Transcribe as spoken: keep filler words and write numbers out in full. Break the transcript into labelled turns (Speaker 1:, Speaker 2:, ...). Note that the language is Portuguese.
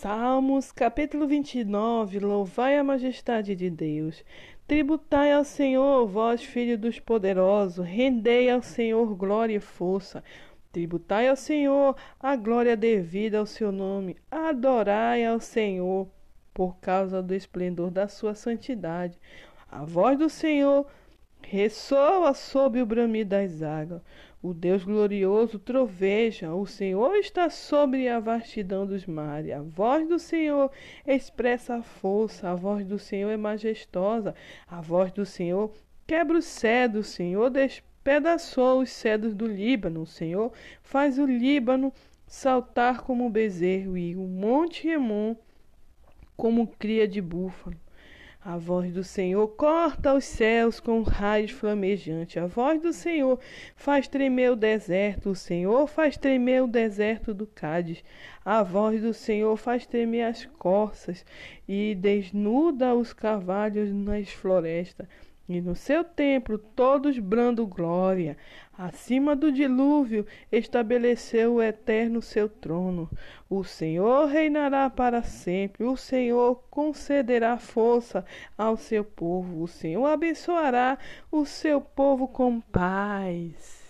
Speaker 1: Salmos, capítulo vinte e nove. Louvai a majestade de Deus. Tributai ao Senhor, vós, filhos dos poderosos, rendei ao Senhor glória e força. Tributai ao Senhor a glória devida ao seu nome. Adorai ao Senhor por causa do esplendor da sua santidade. A voz do Senhor ressoa sob o bramido das águas. O Deus glorioso troveja. O Senhor está sobre a vastidão dos mares. A voz do Senhor expressa a força. A voz do Senhor é majestosa. A voz do Senhor quebra os cedros. O Senhor despedaçou os cedros do Líbano. O Senhor faz o Líbano saltar como um bezerro e o monte Hermon como cria de búfalo. A voz do Senhor corta os céus com raios flamejantes. A voz do Senhor faz tremer o deserto. O Senhor faz tremer o deserto do Cádiz. A voz do Senhor faz tremer as corças e desnuda os cavalos nas florestas. E no seu templo todos brandam glória. Acima do dilúvio estabeleceu o Eterno seu trono. O Senhor reinará para sempre. O Senhor concederá força ao seu povo. O Senhor abençoará o seu povo com paz.